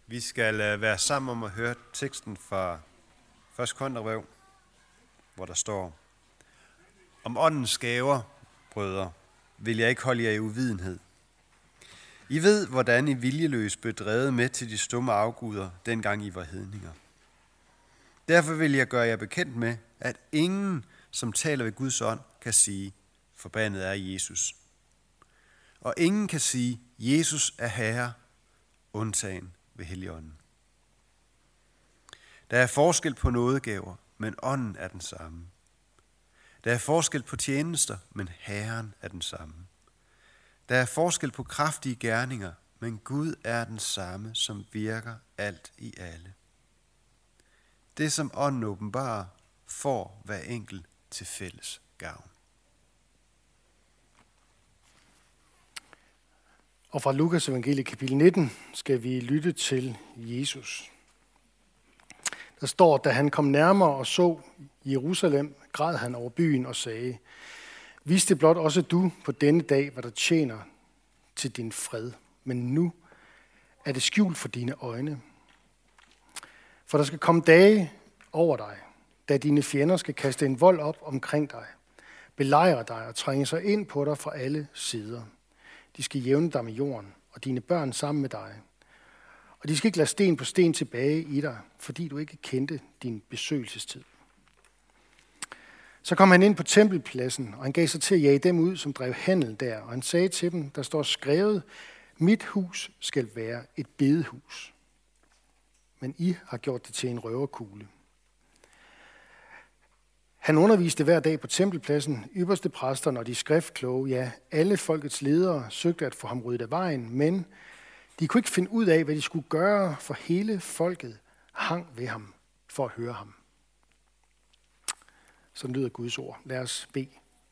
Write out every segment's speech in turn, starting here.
Vi skal være sammen om at høre teksten fra 1. Korintherbrev, hvor der står: Om åndens gaver, brødre, vil jeg ikke holde jer i uvidenhed. I ved, hvordan I viljeløst blev drevet med til de stumme afguder, dengang I var hedninger. Derfor vil jeg gøre jer bekendt med, at ingen, som taler ved Guds ånd, kan sige, forbandet er Jesus. Og ingen kan sige, Jesus er Herre, undtagen ved Helligånden. Der er forskel på nådegaver, men ånden er den samme. Der er forskel på tjenester, men Herren er den samme. Der er forskel på kraftige gerninger, men Gud er den samme, som virker alt i alle. Det, som ånden åbenbarer, får hver enkelt til fælles gavn. Og fra Lukas evangelie kapitel 19 skal vi lytte til Jesus. Der står, da han kom nærmere og så Jerusalem, græd han over byen og sagde: Vis det blot også du på denne dag, hvad der tjener til din fred. Men nu er det skjult for dine øjne. For der skal komme dage over dig, da dine fjender skal kaste en vold op omkring dig, belejre dig og trænge sig ind på dig fra alle sider. De skal jævne dig med jorden, og dine børn sammen med dig. Og de skal ikke lade sten på sten tilbage i dig, fordi du ikke kendte din besøgelsestid. Så kom han ind på tempelpladsen, og han gav sig til at jage dem ud, som drev handel der. Og han sagde til dem, der står skrevet: Mit hus skal være et bedehus. Men I har gjort det til en røverkugle. Han underviste hver dag på tempelpladsen, ypperste præsterne og de skriftkloge, ja, alle folkets ledere søgte at få ham ryddet af vejen, men de kunne ikke finde ud af, hvad de skulle gøre, for hele folket hang ved ham for at høre ham. Sådan lyder Guds ord. Lad os bede.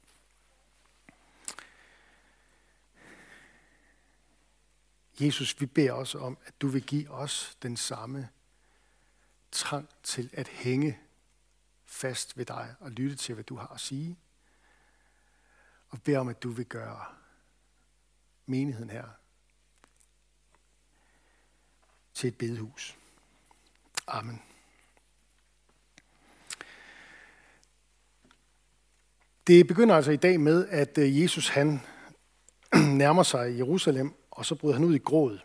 Jesus, vi beder også om, at du vil give os den samme trang til at hænge fast ved dig og lytte til, hvad du har at sige. Og beder om, at du vil gøre menigheden her til et bedehus. Amen. Det begynder altså i dag med, at Jesus han nærmer sig Jerusalem, og så bryder han ud i gråd.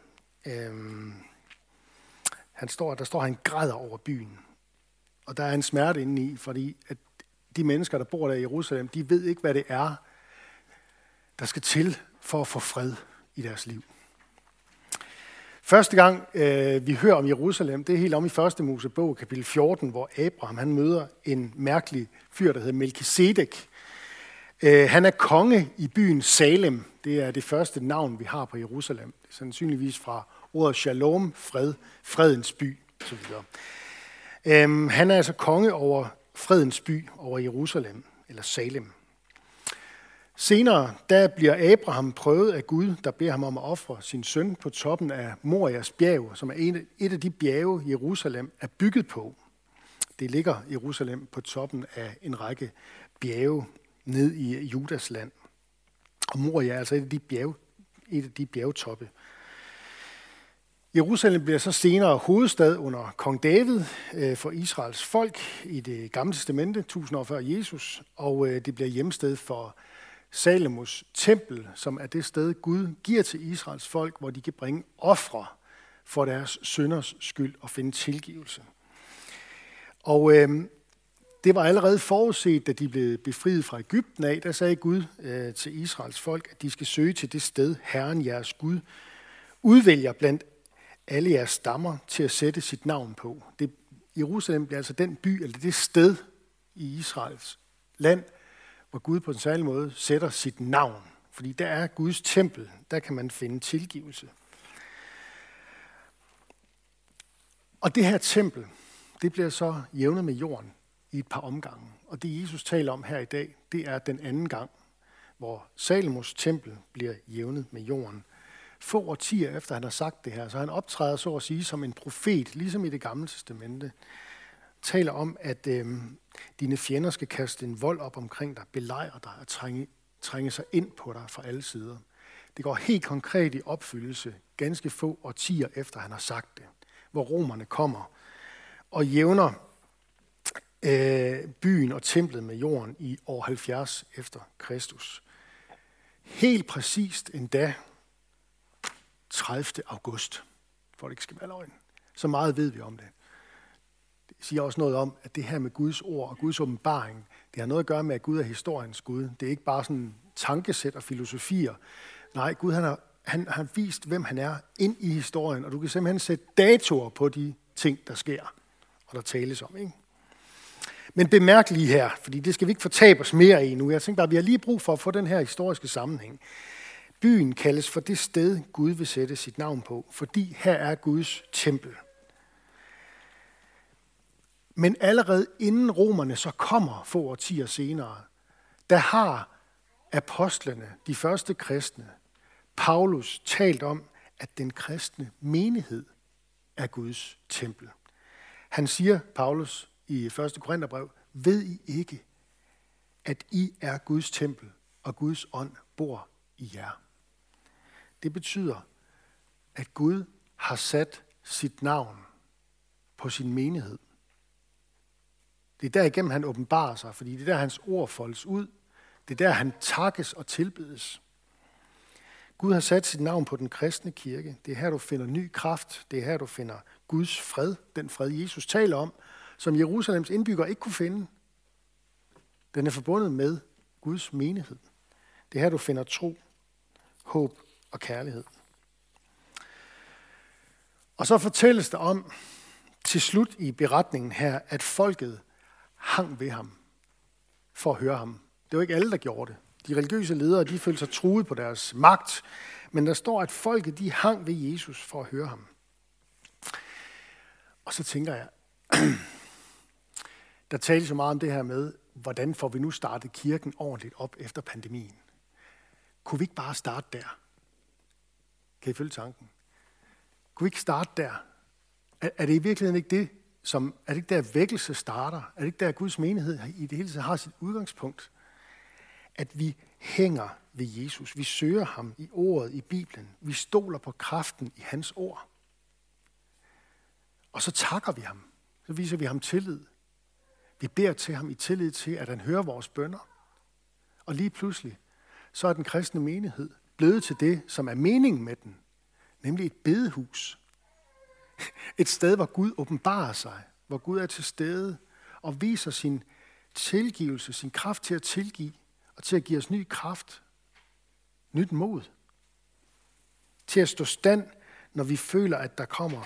Der står han græder over byen. Og der er en smerte inde i, fordi at de mennesker, der bor der i Jerusalem, de ved ikke, hvad det er, der skal til for at få fred i deres liv. Første gang vi hører om Jerusalem, det er helt om i 1. Mosebog, kapitel 14, hvor Abraham han møder en mærkelig fyr, der hedder Melkisedek. Han er konge i byen Salem. Det er det første navn, vi har på Jerusalem. Det er sandsynligvis fra ordet shalom, fred, fredens by osv. Han er altså konge over fredens by, over Jerusalem, eller Salem. Senere, der bliver Abraham prøvet af Gud, der beder ham om at ofre sin søn på toppen af Morias bjerg, som er et af de bjerge, Jerusalem er bygget på. Det ligger Jerusalem på toppen af en række bjerge ned i Judas land. Og Moria er altså et af de bjergtoppe. Jerusalem bliver så senere hovedstad under kong David for Israels folk i det gamle testamente, 1000 år før Jesus, og det bliver hjemsted for Salomos tempel, som er det sted, Gud giver til Israels folk, hvor de kan bringe ofre for deres synders skyld og finde tilgivelse. Og det var allerede forudset, da de blev befriet fra Egypten af. Der sagde Gud til Israels folk, at de skal søge til det sted, Herren jeres Gud udvælger blandt alle jeres stammer til at sætte sit navn på. Jerusalem bliver altså den by, eller det sted i Israels land, hvor Gud på en særlig måde sætter sit navn. Fordi der er Guds tempel, der kan man finde tilgivelse. Og det her tempel, det bliver så jævnet med jorden i et par omgange. Og det Jesus taler om her i dag, det er den anden gang, hvor Salomos tempel bliver jævnet med jorden. Få årtier efter han har sagt det her, så han optræder så at sige som en profet, ligesom i det gamle testamente, taler om, at dine fjender skal kaste en vold op omkring dig, belejre dig og trænge sig ind på dig fra alle sider. Det går helt konkret i opfyldelse, ganske få årtier efter han har sagt det. hvor romerne kommer og jævner byen og templet med jorden i år 70 efter Kristus. Helt præcist endda 30. august, for det ikke skal være løgn. Så meget ved vi om det. Det siger også noget om, at det her med Guds ord og Guds åbenbaring, det har noget at gøre med, at Gud er historiens Gud. Det er ikke bare sådan tankesæt og filosofier. Nej, Gud han har vist, hvem han er ind i historien, og du kan simpelthen sætte datoer på de ting, der sker, og der tales om, ikke? Men bemærk lige her, fordi det skal vi ikke fortabe os mere i nu. Jeg tænker bare, at vi har lige brug for at få den her historiske sammenhæng. Byen kaldes for det sted, Gud vil sætte sit navn på, fordi her er Guds tempel. Men allerede inden romerne så kommer få årtier senere, der har apostlene, de første kristne, Paulus, talt om, at den kristne menighed er Guds tempel. Han siger, Paulus, i 1. Korintherbrev, ved I ikke, at I er Guds tempel, og Guds ånd bor i jer. Det betyder, at Gud har sat sit navn på sin menighed. Det er derigennem, han åbenbarer sig, fordi det er der, hans ord foldes ud. Det er der, han takkes og tilbedes. Gud har sat sit navn på den kristne kirke. Det er her, du finder ny kraft. Det er her, du finder Guds fred, den fred, Jesus taler om, som Jerusalems indbyggere ikke kunne finde. Den er forbundet med Guds menighed. Det er her, du finder tro, håb og kærlighed. Og så fortælles der om, til slut i beretningen her, at folket hang ved ham for at høre ham. Det var ikke alle, der gjorde det. De religiøse ledere, de følte sig truet på deres magt, men der står, at folket, de hang ved Jesus for at høre ham. Og så tænker jeg, der tales så meget om det her med, hvordan får vi nu startet kirken ordentligt op efter pandemien. Kunne vi ikke bare starte der? Kan I følge tanken? Kunne vi ikke starte der? Er det i virkeligheden ikke det, er det ikke der vækkelse starter? Er det ikke der Guds menighed i det hele taget har sit udgangspunkt? At vi hænger ved Jesus. Vi søger ham i ordet i Bibelen. Vi stoler på kraften i hans ord. Og så takker vi ham. Så viser vi ham tillid. Vi beder til ham i tillid til, at han hører vores bønner. Og lige pludselig, så er den kristne menighed blevet til det, som er meningen med den. Nemlig et bedehus. Et sted, hvor Gud åbenbarer sig. Hvor Gud er til stede og viser sin tilgivelse, sin kraft til at tilgive. Og til at give os ny kraft. Nyt mod. Til at stå stand, når vi føler, at der kommer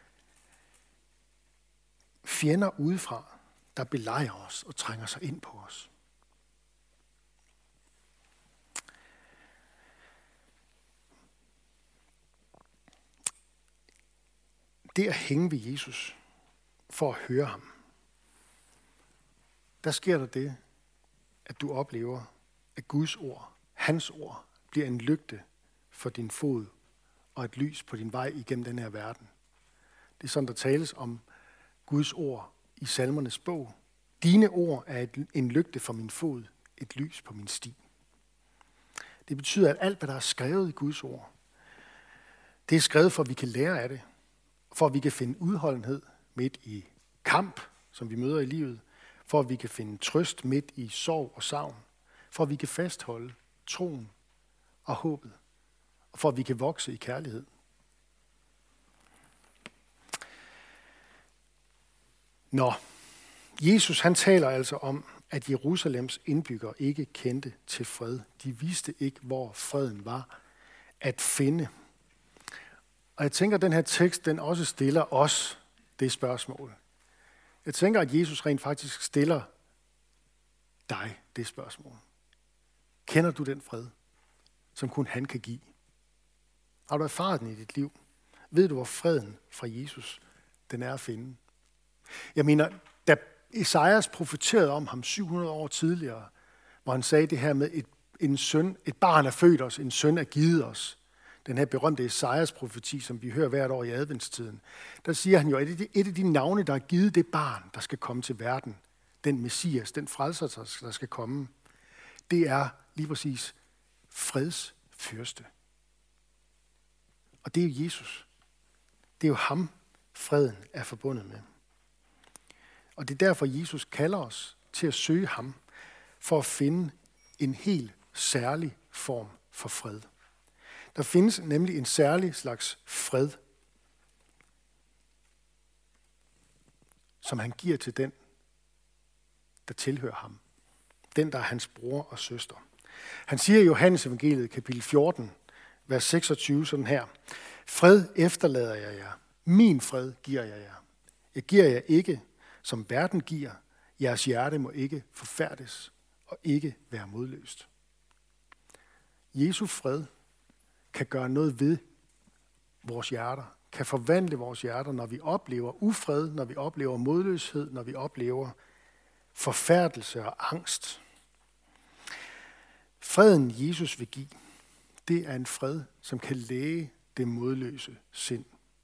fjender udefra, der belejrer os og trænger sig ind på os. Det at hænge ved Jesus for at høre ham, der sker der det, at du oplever, at Guds ord, hans ord, bliver en lygte for din fod og et lys på din vej igennem den her verden. Det er sådan, der tales om Guds ord i Salmernes bog. Dine ord er en lygte for min fod, et lys på min sti. Det betyder, at alt, hvad der er skrevet i Guds ord, det er skrevet for, at vi kan lære af det, for at vi kan finde udholdenhed midt i kamp, som vi møder i livet, for at vi kan finde trøst midt i sorg og savn, for at vi kan fastholde troen og håbet, og for at vi kan vokse i kærlighed. Nå, Jesus han taler altså om, at Jerusalems indbyggere ikke kendte til fred. De vidste ikke, hvor freden var at finde. Og jeg tænker, at den her tekst, den også stiller os det spørgsmål. Jeg tænker, at Jesus rent faktisk stiller dig det spørgsmål. Kender du den fred, som kun han kan give? Har du erfaret den i dit liv? Ved du, hvor freden fra Jesus, den er at finde? Jeg mener, da Esajas profeterede om ham 700 år tidligere, hvor han sagde det her med et barn er født os, en søn er givet os. Den her berømte Esajas profeti, som vi hører hvert år i adventstiden. Der siger han jo, at et af de navne, der er givet det barn, der skal komme til verden, den Messias, den frelser, der skal komme, det er lige præcis fredsfyrste. Og det er jo Jesus. Det er jo ham, freden er forbundet med. Og det er derfor, Jesus kalder os til at søge ham, for at finde en helt særlig form for fred. Der findes nemlig en særlig slags fred, som han giver til den, der tilhører ham. Den, der er hans bror og søster. Han siger i Johannes evangeliet, kapitel 14, vers 26, sådan her. Fred efterlader jeg jer. Min fred giver jeg jer. Jeg giver jer ikke, som verden giver. Jeres hjerte må ikke forfærdes og ikke være modløst. Jesu fred kan gøre noget ved vores hjerter, kan forvandle vores hjerter, når vi oplever ufred, når vi oplever modløshed, når vi oplever forfærdelse og angst. Freden Jesus vil give, det er en fred, som kan læge det modløse sind.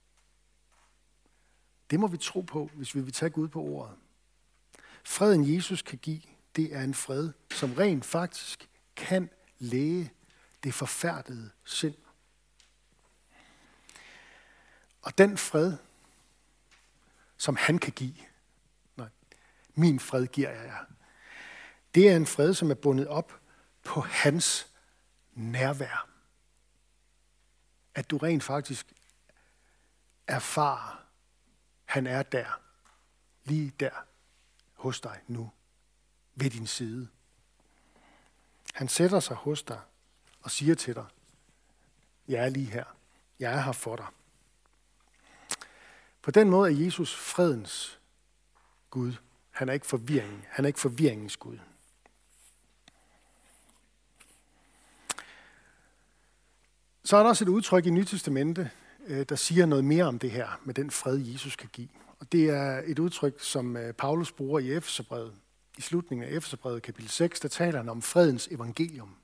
Det må vi tro på, hvis vi vil tage Gud på ordet. Freden Jesus kan give, det er en fred, som rent faktisk kan læge det forfærdede sind. Og den fred, som han kan give, min fred giver jeg jer, det er en fred, som er bundet op på hans nærvær. At du rent faktisk erfarer, han er der, lige der, hos dig nu, ved din side. Han sætter sig hos dig og siger til dig, jeg er lige her, jeg er her for dig. På den måde er Jesus fredens Gud. Han er ikke forvirringens Gud. Så er der også et udtryk i Nye Testamente, der siger noget mere om det her, med den fred, Jesus kan give. Og det er et udtryk, som Paulus bruger i Efeserbrevet. I slutningen af Efeserbrevet, kapitel 6, der taler han om fredens evangelium.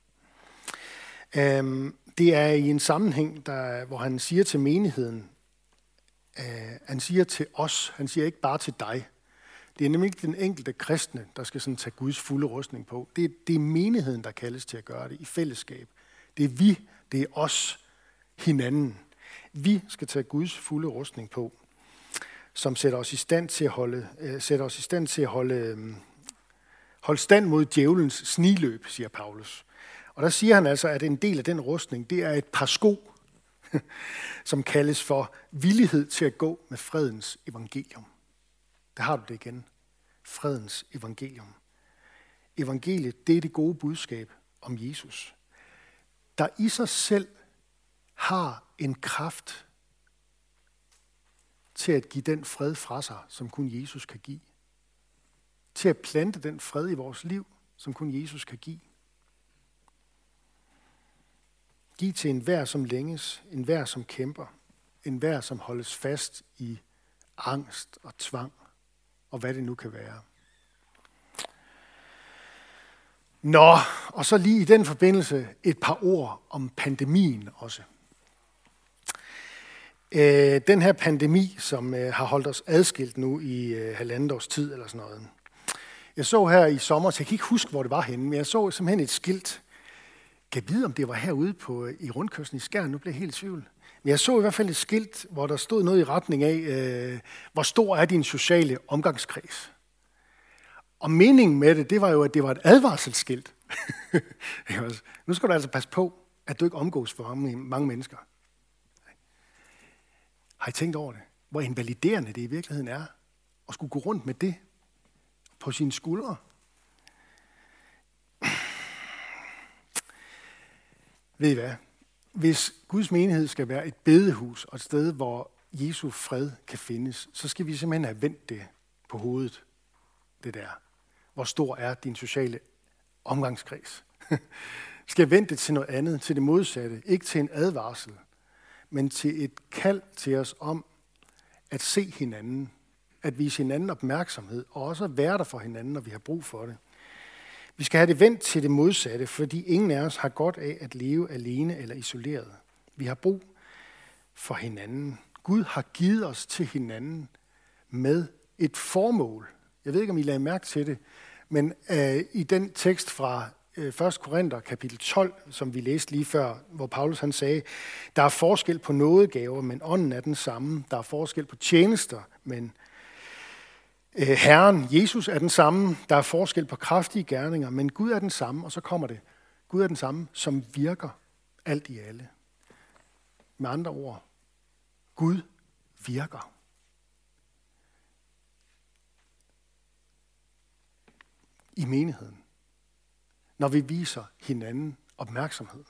Det er i en sammenhæng, hvor han siger til menigheden, han siger til os, han siger ikke bare til dig. Det er nemlig ikke den enkelte kristne, der skal sådan tage Guds fulde rustning på. Det er menigheden, der kaldes til at gøre det i fællesskab. Det er vi, det er os, hinanden. Vi skal tage Guds fulde rustning på, som sætter os i stand til at holde stand mod djævelens sniløb, siger Paulus. Og der siger han altså, at en del af den rustning, det er et par sko, som kaldes for villighed til at gå med fredens evangelium. Der har du det igen. Fredens evangelium. Evangeliet, det er det gode budskab om Jesus, der i sig selv har en kraft til at give den fred fra sig, som kun Jesus kan give. Til at plante den fred i vores liv, som kun Jesus kan give. Giv til enhver, som længes, enhver, som kæmper, enhver, som holdes fast i angst og tvang, og hvad det nu kan være. Nå, og så lige i den forbindelse et par ord om pandemien også. Den her pandemi, som har holdt os adskilt nu i halvandet års tid eller sådan noget. Jeg så her i sommer, så jeg kan ikke huske, hvor det var henne, men jeg så simpelthen et skilt. Kan jeg vide, om det var herude i rundkørslen i Skjern? Nu blev jeg helt i tvivl. Men jeg så i hvert fald et skilt, hvor der stod noget i retning af, hvor stor er din sociale omgangskreds? Og meningen med det var jo, at det var et advarselsskilt. Nu skal du altså passe på, at du ikke omgås for mange mennesker. Har I tænkt over det? Hvor invaliderende det i virkeligheden er at skulle gå rundt med det på sine skuldre? Ved I hvad? Hvis Guds menighed skal være et bedehus og et sted, hvor Jesu fred kan findes, så skal vi simpelthen have vendt det på hovedet. Det der. Hvor stor er din sociale omgangskreds? Skal vende det til noget andet, til det modsatte. Ikke til en advarsel, men til et kald til os om at se hinanden, at vise hinanden opmærksomhed, og også at være der for hinanden, når vi har brug for det. Vi skal have det vendt til det modsatte, fordi ingen af os har godt af at leve alene eller isoleret. Vi har brug for hinanden. Gud har givet os til hinanden med et formål. Jeg ved ikke, om I lagde mærke til det, men i den tekst fra 1. Korinther kapitel 12, som vi læste lige før, hvor Paulus han sagde, der er forskel på nådegaver, men ånden er den samme. Der er forskel på tjenester, men Herren, Jesus er den samme. Der er forskel på kraftige gerninger, men Gud er den samme. Og så kommer det. Gud er den samme, som virker alt i alle. Med andre ord, Gud virker. I menigheden. Når vi viser hinanden opmærksomhed.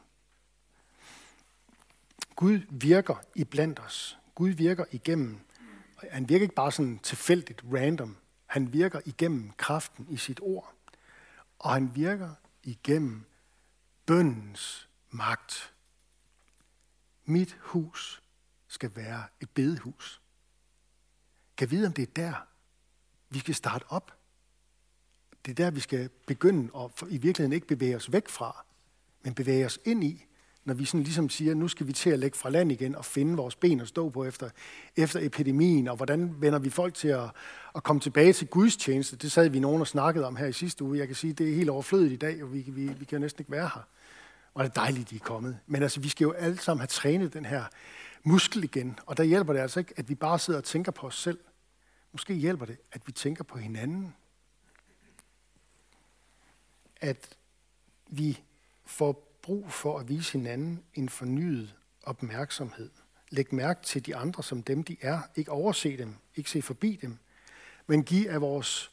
Gud virker iblandt os. Gud virker igennem. Han virker ikke bare sådan tilfældigt, random. Han virker igennem kraften i sit ord. Og han virker igennem bønnens magt. Mit hus skal være et bedehus. Kan vide, om det er der, vi skal starte op. Det er der, vi skal begynde og i virkeligheden ikke bevæge os væk fra, men bevæge os ind i, når vi sådan ligesom siger, nu skal vi til at lægge fra land igen og finde vores ben at stå på efter epidemien, og hvordan vender vi folk til at komme tilbage til Guds tjeneste. Det sad vi nogen og snakkede om her i sidste uge. Jeg kan sige, det er helt overflødigt i dag, og vi kan jo næsten ikke være her. Og det er dejligt, de er kommet. Men altså, vi skal jo alle sammen have trænet den her muskel igen, og der hjælper det altså ikke, at vi bare sidder og tænker på os selv. Måske hjælper det, at vi tænker på hinanden. At vi får brug for at vise hinanden en fornyet opmærksomhed. Læg mærke til de andre som dem, de er. Ikke overse dem, ikke se forbi dem, men giv af vores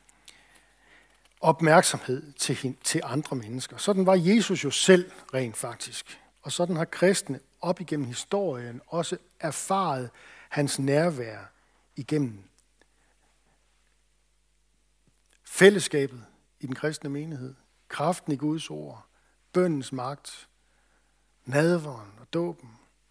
opmærksomhed til andre mennesker. Sådan var Jesus jo selv rent faktisk. Og sådan har kristne op igennem historien også erfaret hans nærvær igennem fællesskabet i den kristne menighed, kraften i Guds ord, bønnens magt, nadveren og dåben.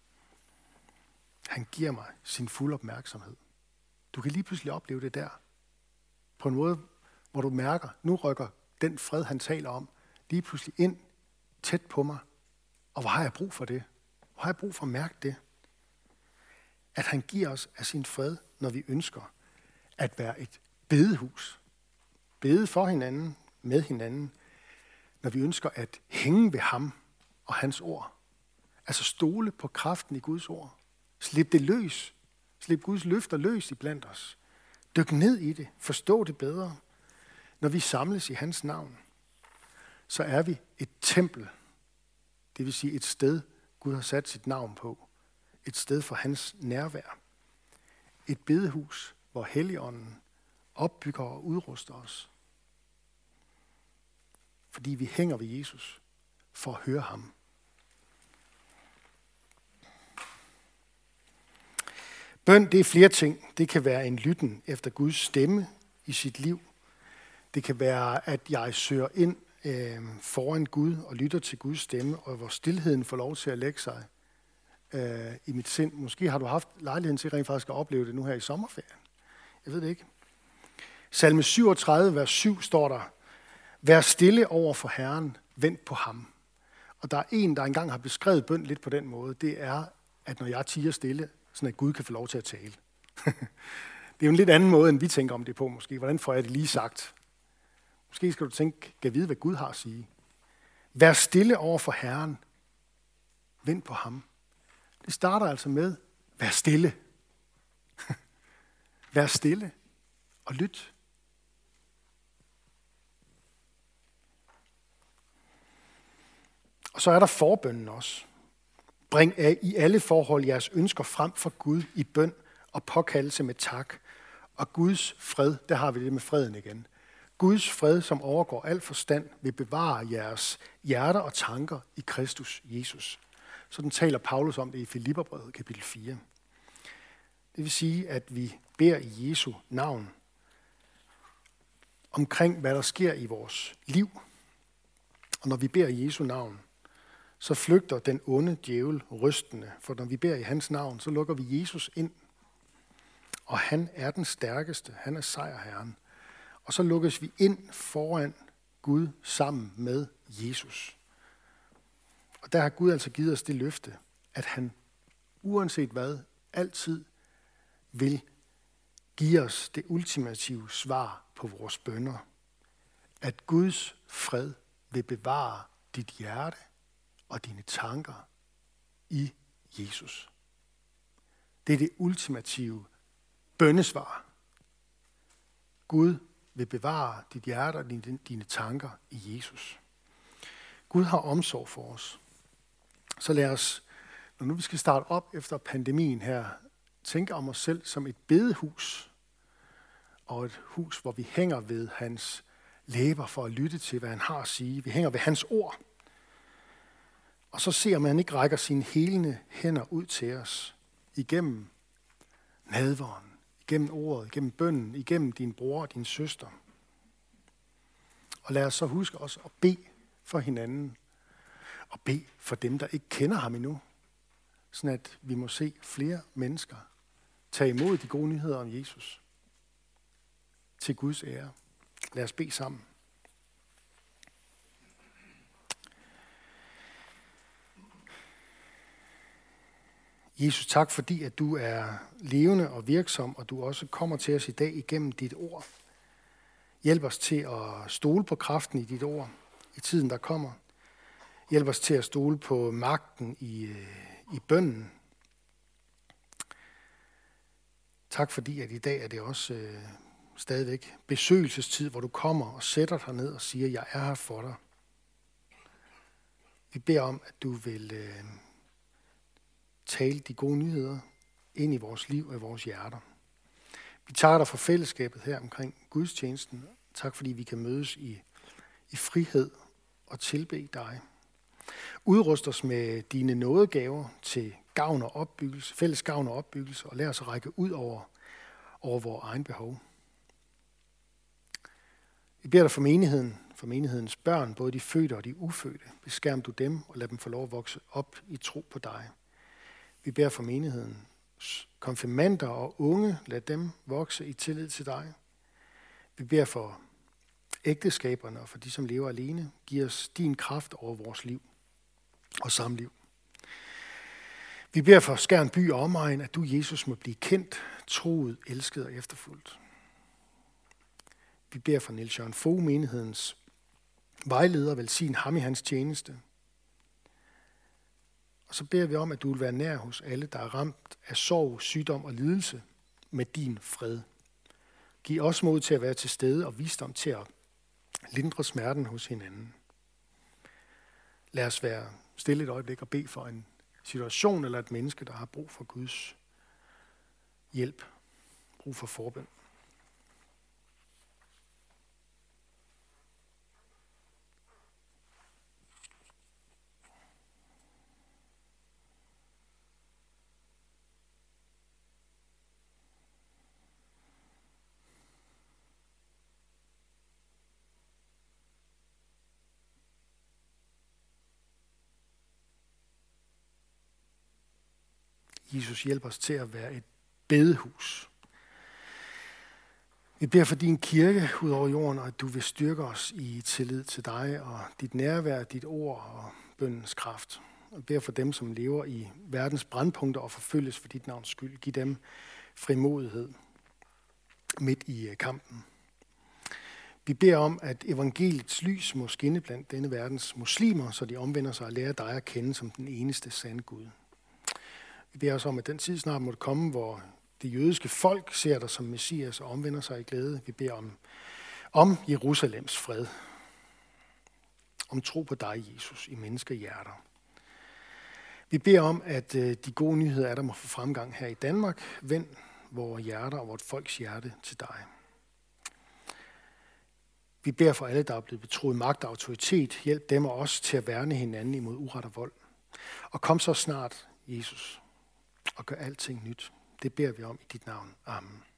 Han giver mig sin fulde opmærksomhed. Du kan lige pludselig opleve det der, på en måde, hvor du mærker, nu rykker den fred, han taler om, lige pludselig ind tæt på mig. Og hvor har jeg brug for det? Hvor har jeg brug for at mærke det? At han giver os af sin fred, når vi ønsker at være et bedehus. Bede for hinanden, med hinanden, når vi ønsker at hænge ved ham og hans ord. Altså stole på kraften i Guds ord. Slip det løs. Slip Guds løfter løs iblandt os. Dyk ned i det. Forstå det bedre. Når vi samles i hans navn, så er vi et tempel. Det vil sige et sted, Gud har sat sit navn på. Et sted for hans nærvær. Et bedehus, hvor Helligånden opbygger og udruster os. Fordi vi hænger ved Jesus for at høre ham. Bøn, det er flere ting. Det kan være en lytten efter Guds stemme i sit liv. Det kan være, at jeg søger ind foran Gud og lytter til Guds stemme, og hvor stilheden får lov til at lægge sig i mit sind. Måske har du haft lejligheden til rent faktisk at opleve det nu her i sommerferien. Jeg ved det ikke. Salme 37, vers 7 står der, vær stille over for Herren, vent på ham. Og der er en, der engang har beskrevet bøn lidt på den måde. Det er, at når jeg tier stille, sådan at Gud kan få lov til at tale. Det er jo en lidt anden måde, end vi tænker om det på måske. Hvordan får jeg det lige sagt? Måske skal du tænke, kan vide, hvad Gud har at sige. Vær stille over for Herren, vent på ham. Det starter altså med, vær stille. Vær stille og lyt. Og så er der forbønnen også. Bring i alle forhold jeres ønsker frem for Gud i bøn og påkaldelse med tak. Og Guds fred, der har vi det med freden igen. Guds fred, som overgår al forstand, vil bevare jeres hjerter og tanker i Kristus Jesus. Sådan taler Paulus om det i Filipperbrevet kapitel 4. Det vil sige, at vi beder i Jesu navn omkring, hvad der sker i vores liv. Og når vi beder i Jesu navn, så flygter den onde djævel rystende. For når vi beder i hans navn, så lukker vi Jesus ind. Og han er den stærkeste. Han er sejrherren. Og så lukkes vi ind foran Gud sammen med Jesus. Og der har Gud altså givet os det løfte, at han uanset hvad, altid vil give os det ultimative svar på vores bønner. At Guds fred vil bevare dit hjerte og dine tanker i Jesus. Det er det ultimative bønnesvar. Gud vil bevare dit hjerte og dine tanker i Jesus. Gud har omsorg for os. Så lad os, når nu vi skal starte op efter pandemien her, tænke om os selv som et bedehus, og et hus, hvor vi hænger ved hans læber for at lytte til, hvad han har at sige. Vi hænger ved hans ord. Og så ser man, at han ikke rækker sine helende hænder ud til os igennem nadveren, igennem ordet, igennem bønnen, igennem din bror og din søster. Og lad os så huske også at bede for hinanden, og bede for dem, der ikke kender ham endnu, sådan at vi må se flere mennesker tage imod de gode nyheder om Jesus til Guds ære. Lad os bede sammen. Jesus, tak fordi, at du er levende og virksom, og du også kommer til os i dag igennem dit ord. Hjælp os til at stole på kraften i dit ord i tiden, der kommer. Hjælp os til at stole på magten i bønnen. Tak fordi, at i dag er det også stadigvæk besøgelsestid, hvor du kommer og sætter dig ned og siger, jeg er her for dig. Vi beder om, at du vil tale de gode nyheder ind i vores liv og i vores hjerter. Vi takker dig for fællesskabet her omkring gudstjenesten. Tak fordi vi kan mødes i frihed og tilbede dig. Udrust os med dine nådegaver til gavn og opbyggelse, fælles gavn og opbyggelse, og lad os række ud over vores egen behov. Vi beder dig for menighedens børn, både de fødte og de ufødte. Beskærm du dem og lad dem få lov at vokse op i tro på dig. Vi beder for menighedens konfirmander og unge, lad dem vokse i tillid til dig. Vi beder for ægteskaberne og for de, som lever alene. Giv os din kraft over vores liv og samliv. Vi beder for Skjern by og omegn, at du, Jesus, må blive kendt, troet, elsket og efterfulgt. Vi beder for Niels Jørgen Fogh, menighedens vejleder, velsign ham i hans tjeneste. Og så beder vi om, at du vil være nær hos alle, der er ramt af sorg, sygdom og lidelse med din fred. Giv os mod til at være til stede og visdom til at lindre smerten hos hinanden. Lad os være stille et øjeblik og bede for en situation eller et menneske, der har brug for Guds hjælp, brug for forbøn. Jesus, hjælp os til at være et bedehus. Vi beder for din kirke ud over jorden, og at du vil styrke os i tillid til dig og dit nærvær, dit ord og bønnens kraft. Vi beder for dem, som lever i verdens brandpunkter og forfølges for dit navns skyld. Giv dem frimodighed midt i kampen. Vi beder om, at evangeliets lys må skinne blandt denne verdens muslimer, så de omvender sig og lærer dig at kende som den eneste sande Gud. Vi beder os om, at den tid snart måtte komme, hvor det jødiske folk ser dig som Messias og omvender sig i glæde. Vi beder om Jerusalems fred. Om tro på dig, Jesus, i menneskehjerter. Vi beder om, at de gode nyheder er der må få fremgang her i Danmark. Vend vores hjerter og vort folks hjerte til dig. Vi beder for alle, der er blevet betroet magt og autoritet. Hjælp dem og os til at værne hinanden imod uret og vold. Og kom så snart, Jesus, og gør alting nyt. Det beder vi om i dit navn. Amen.